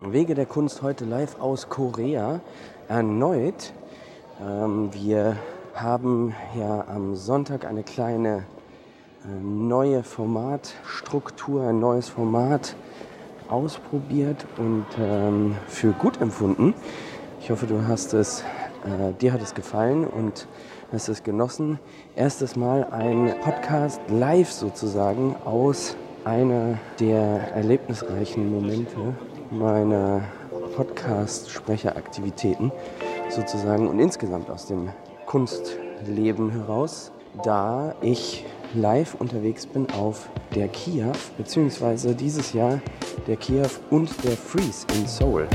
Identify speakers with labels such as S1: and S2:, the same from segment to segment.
S1: Wege der Kunst heute live aus Korea erneut. Wir haben ja am Sonntag eine kleine neue Formatstruktur, ein neues Format ausprobiert und für gut empfunden. Ich hoffe, dir hat es gefallen und hast es genossen. Erstes Mal ein Podcast live sozusagen aus einer der erlebnisreichen Momente meiner Podcast-Sprecheraktivitäten sozusagen und insgesamt aus dem Kunstleben heraus, da ich live unterwegs bin auf der KIAF, beziehungsweise dieses Jahr der KIAF und der Freeze in Seoul.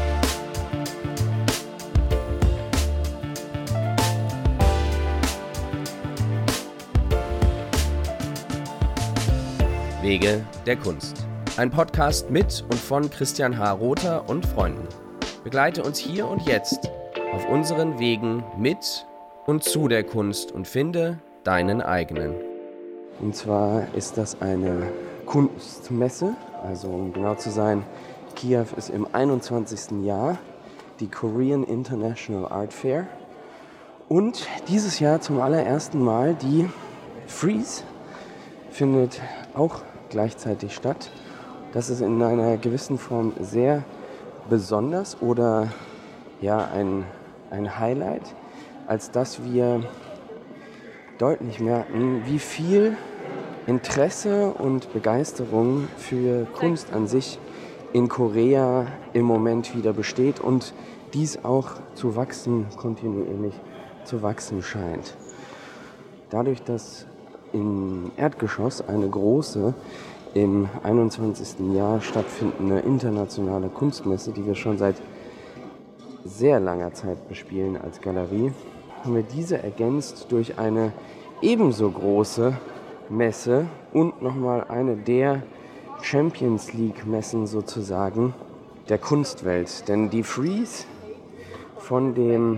S2: Wege der Kunst. Ein Podcast mit und von Christian H. Rother und Freunden. Begleite uns hier und jetzt auf unseren Wegen mit und zu der Kunst und finde deinen eigenen.
S1: Und zwar ist das eine Kunstmesse, also um genau zu sein, KIAF ist im 21. Jahr, die Korean International Art Fair. Und dieses Jahr zum allerersten Mal die Freeze findet auch gleichzeitig statt. Das ist in einer gewissen Form sehr besonders oder ja ein Highlight, als dass wir deutlich merken, wie viel Interesse und Begeisterung für Kunst an sich in Korea im Moment wieder besteht und dies auch kontinuierlich zu wachsen scheint. Dadurch, dass im Erdgeschoss eine große, im 21. Jahr stattfindende internationale Kunstmesse, die wir schon seit sehr langer Zeit bespielen als Galerie, haben wir diese ergänzt durch eine ebenso große Messe und nochmal eine der Champions League Messen sozusagen der Kunstwelt. Denn die Freeze von dem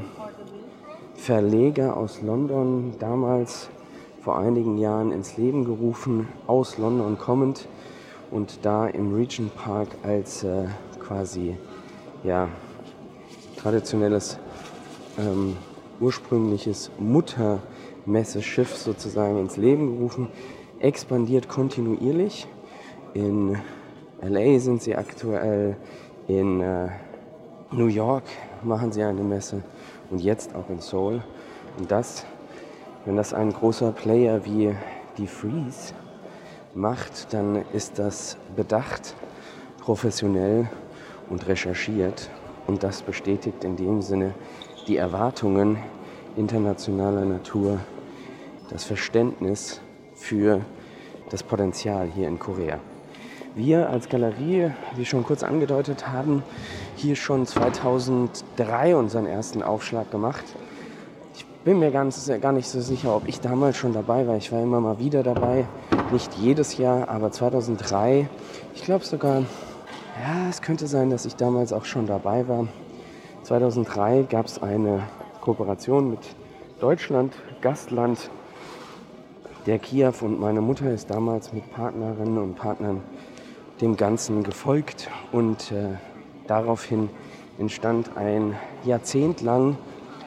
S1: Verleger aus London damals vor einigen Jahren ins Leben gerufen, aus London kommend und da im Regent Park als quasi traditionelles ursprüngliches Muttermesseschiff sozusagen ins Leben gerufen, expandiert kontinuierlich. In LA sind sie aktuell, in New York machen sie eine Messe und jetzt auch in Seoul. Und wenn das ein großer Player wie die Freeze macht, dann ist das bedacht, professionell und recherchiert. Und das bestätigt in dem Sinne die Erwartungen internationaler Natur, das Verständnis für das Potenzial hier in Korea. Wir als Galerie, wie schon kurz angedeutet, haben hier schon 2003 unseren ersten Aufschlag gemacht. Ich bin mir gar nicht so sicher, ob ich damals schon dabei war. Ich war immer mal wieder dabei, nicht jedes Jahr, aber 2003, ich glaube sogar, es könnte sein, dass ich damals auch schon dabei war. 2003 gab es eine Kooperation mit Deutschland, Gastland der KIAF, und meine Mutter ist damals mit Partnerinnen und Partnern dem Ganzen gefolgt und daraufhin entstand ein Jahrzehnt lang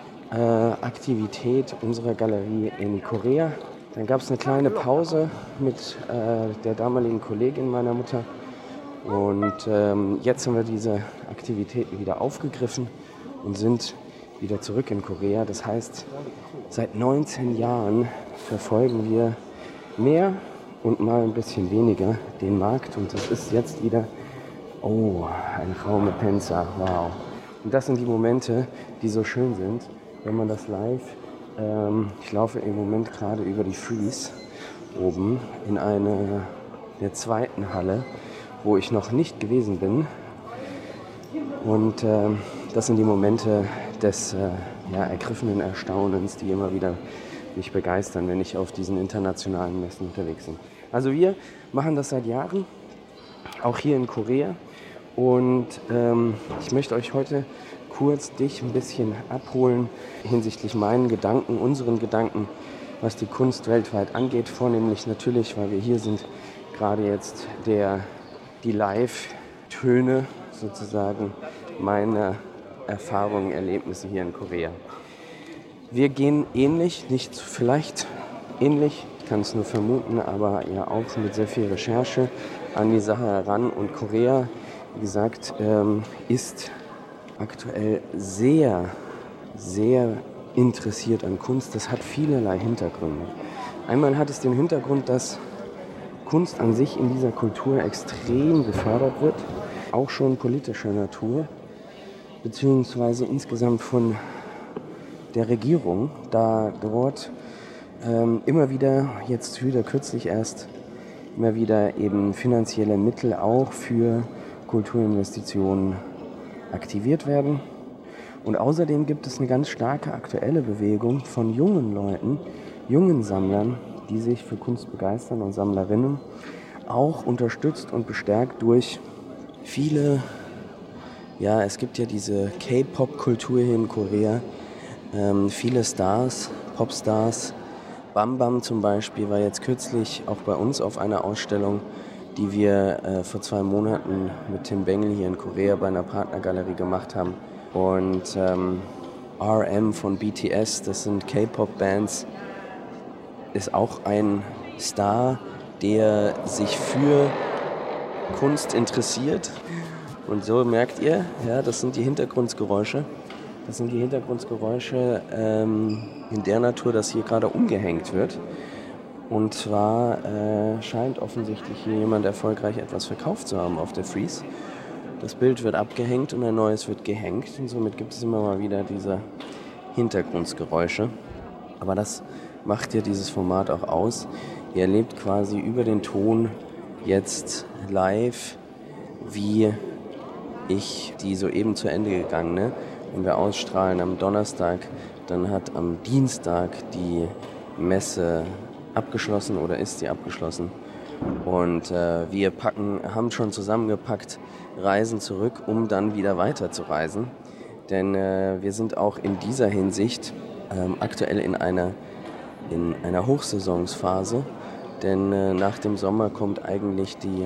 S1: Aktivität unserer Galerie in Korea. Dann gab es eine kleine Pause mit der damaligen Kollegin meiner Mutter und jetzt haben wir diese Aktivitäten wieder aufgegriffen und sind wieder zurück in Korea. Das heißt, seit 19 Jahren verfolgen wir mehr und mal ein bisschen weniger den Markt und das ist jetzt wieder, ein Raum mit Tänzer, wow. Und das sind die Momente, die so schön sind, wenn man das live, ich laufe im Moment gerade über die Freeze oben in der zweiten Halle, wo ich noch nicht gewesen bin. Und das sind die Momente des ergriffenen Erstaunens, die immer wieder mich begeistern, wenn ich auf diesen internationalen Messen unterwegs bin. Also wir machen das seit Jahren, auch hier in Korea. Und ich möchte euch heute kurz dich ein bisschen abholen hinsichtlich meinen Gedanken, unseren Gedanken, was die Kunst weltweit angeht. Vornehmlich natürlich, weil wir hier sind, gerade jetzt die Live-Töne sozusagen meine Erfahrungen, Erlebnisse hier in Korea. Wir gehen ähnlich, nicht vielleicht ähnlich, ich kann es nur vermuten, aber ja auch mit sehr viel Recherche an die Sache heran. Und Korea, wie gesagt, ist aktuell sehr, sehr interessiert an Kunst. Das hat vielerlei Hintergründe. Einmal hat es den Hintergrund, dass Kunst an sich in dieser Kultur extrem gefördert wird, auch schon politischer Natur, beziehungsweise insgesamt von der Regierung, da dort immer wieder, jetzt wieder kürzlich erst, immer wieder eben finanzielle Mittel auch für Kulturinvestitionen aktiviert werden. Und außerdem gibt es eine ganz starke aktuelle Bewegung von jungen Leuten, jungen Sammlern, die sich für Kunst begeistern und Sammlerinnen, auch unterstützt und bestärkt durch viele, ja, es gibt ja diese K-Pop-Kultur hier in Korea, viele Stars, Popstars. Bam Bam zum Beispiel war jetzt kürzlich auch bei uns auf einer Ausstellung, die wir vor 2 Monaten mit Tim Bengel hier in Korea bei einer Partnergalerie gemacht haben. Und RM von BTS, das sind K-Pop-Bands, ist auch ein Star, der sich für Kunst interessiert. Und so merkt ihr, ja, das sind die Hintergrundgeräusche. Das sind die Hintergrundgeräusche in der Natur, dass hier gerade umgehängt wird. Und zwar scheint offensichtlich hier jemand erfolgreich etwas verkauft zu haben auf der Frieze. Das Bild wird abgehängt und ein neues wird gehängt. Und somit gibt es immer mal wieder diese Hintergrundgeräusche. Aber das macht ja dieses Format auch aus. Ihr erlebt quasi über den Ton jetzt live, wie ich die soeben zu Ende gegangene, wenn wir ausstrahlen am Donnerstag, dann hat am Dienstag die Messe abgeschlossen oder ist sie abgeschlossen. Und wir haben schon zusammengepackt, reisen zurück, um dann wieder weiter zu reisen. Denn wir sind auch in dieser Hinsicht aktuell in einer Hochsaisonsphase. Denn nach dem Sommer kommt eigentlich die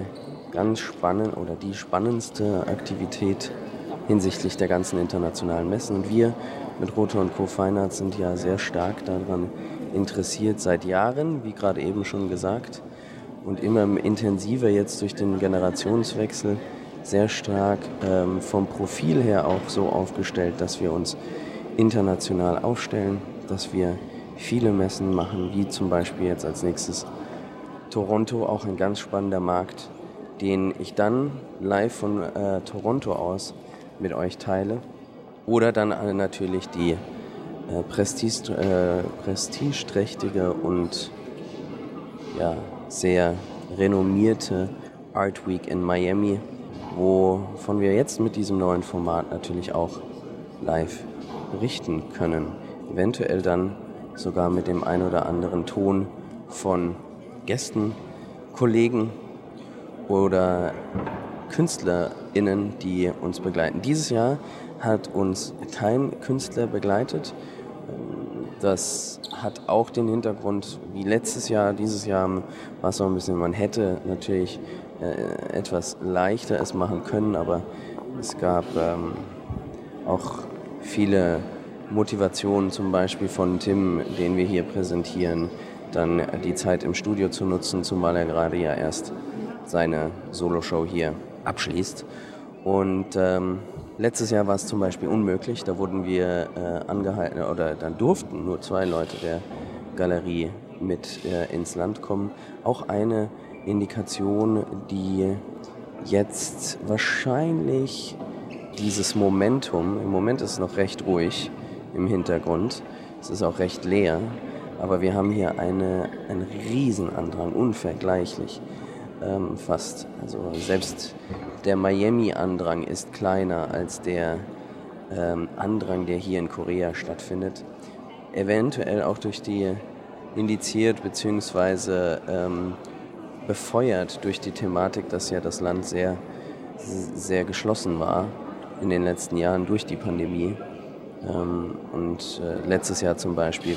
S1: die spannendste Aktivität hinsichtlich der ganzen internationalen Messen. Und wir mit Rother & Co. Fine Arts sind ja sehr stark daran interessiert seit Jahren, wie gerade eben schon gesagt, und immer intensiver jetzt durch den Generationswechsel sehr stark vom Profil her auch so aufgestellt, dass wir uns international aufstellen, dass wir viele Messen machen, wie zum Beispiel jetzt als nächstes Toronto, auch ein ganz spannender Markt, den ich dann live von Toronto aus mit euch teile. Oder dann natürlich die prestigeträchtige und sehr renommierte Art Week in Miami, wovon wir jetzt mit diesem neuen Format natürlich auch live berichten können. Eventuell dann sogar mit dem ein oder anderen Ton von Gästen, Kollegen oder KünstlerInnen, die uns begleiten. Dieses Jahr hat uns kein Künstler begleitet. Das hat auch den Hintergrund wie letztes Jahr. Dieses Jahr war es so ein bisschen, man hätte natürlich etwas leichter es machen können, aber es gab auch viele Motivationen, zum Beispiel von Tim, den wir hier präsentieren, dann die Zeit im Studio zu nutzen, zumal er gerade ja erst seine Soloshow hier abschließt. Und letztes Jahr war es zum Beispiel unmöglich, da wurden wir angehalten oder dann durften nur 2 Leute der Galerie mit ins Land kommen. Auch eine Indikation, die jetzt wahrscheinlich dieses Momentum, im Moment ist es noch recht ruhig im Hintergrund, es ist auch recht leer, aber wir haben hier einen Riesenandrang, unvergleichlich fast. Also selbst der Miami-Andrang ist kleiner als der Andrang, der hier in Korea stattfindet. Eventuell auch durch die indiziert bzw. befeuert durch die Thematik, dass ja das Land sehr, sehr geschlossen war in den letzten Jahren durch die Pandemie. Und letztes Jahr zum Beispiel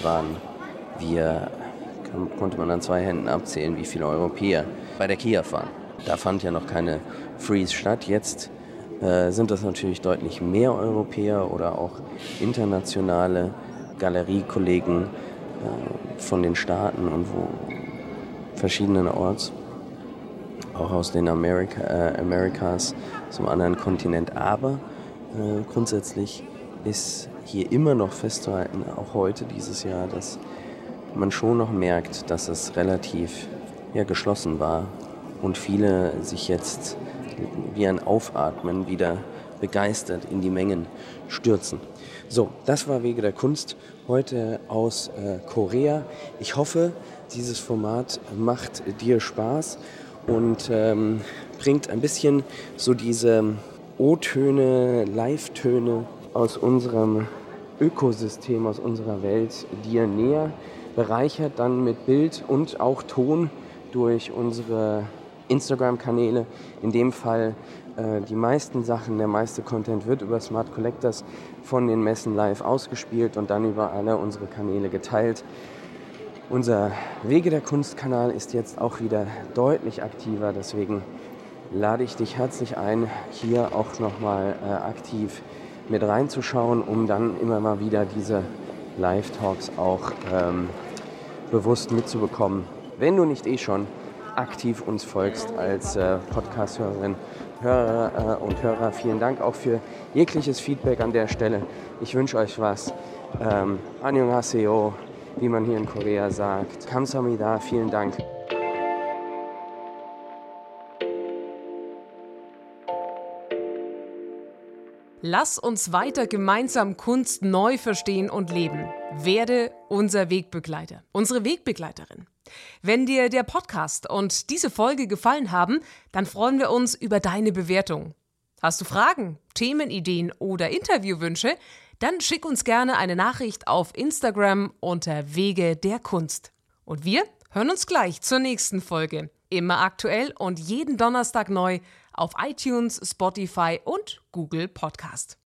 S1: konnte man an 2 Händen abzählen, wie viele Europäer bei der KIAF waren. Da fand ja noch keine Frieze statt. Jetzt sind das natürlich deutlich mehr Europäer oder auch internationale Galeriekollegen von den Staaten und verschiedenen Orts, auch aus den Americas, zum anderen Kontinent. Aber grundsätzlich ist hier immer noch festzuhalten, auch heute dieses Jahr, dass man schon noch merkt, dass es relativ geschlossen war und viele sich jetzt wie ein Aufatmen wieder begeistert in die Mengen stürzen. So, das war Wege der Kunst heute aus Korea. Ich hoffe, dieses Format macht dir Spaß und bringt ein bisschen so diese O-Töne, Live-Töne aus unserem Ökosystem, aus unserer Welt dir näher, bereichert dann mit Bild und auch Ton durch unsere Instagram-Kanäle. In dem Fall die meisten Sachen, der meiste Content wird über Smart Collectors von den Messen live ausgespielt und dann über alle unsere Kanäle geteilt. Unser Wege der Kunst-Kanal ist jetzt auch wieder deutlich aktiver, deswegen lade ich dich herzlich ein, hier auch nochmal aktiv mit reinzuschauen, um dann immer mal wieder diese Live-Talks auch bewusst mitzubekommen. Wenn du nicht schon aktiv uns folgst als Podcast-Hörerin, Hörer und Hörer, vielen Dank auch für jegliches Feedback an der Stelle. Ich wünsche euch was. Annyeonghaseyo, wie man hier in Korea sagt. Kamsahamnida, vielen Dank.
S3: Lass uns weiter gemeinsam Kunst neu verstehen und leben. Werde unser Wegbegleiter, unsere Wegbegleiterin. Wenn dir der Podcast und diese Folge gefallen haben, dann freuen wir uns über deine Bewertung. Hast du Fragen, Themenideen oder Interviewwünsche? Dann schick uns gerne eine Nachricht auf Instagram unter Wege der Kunst. Und wir hören uns gleich zur nächsten Folge. Immer aktuell und jeden Donnerstag neu auf iTunes, Spotify und Google Podcast.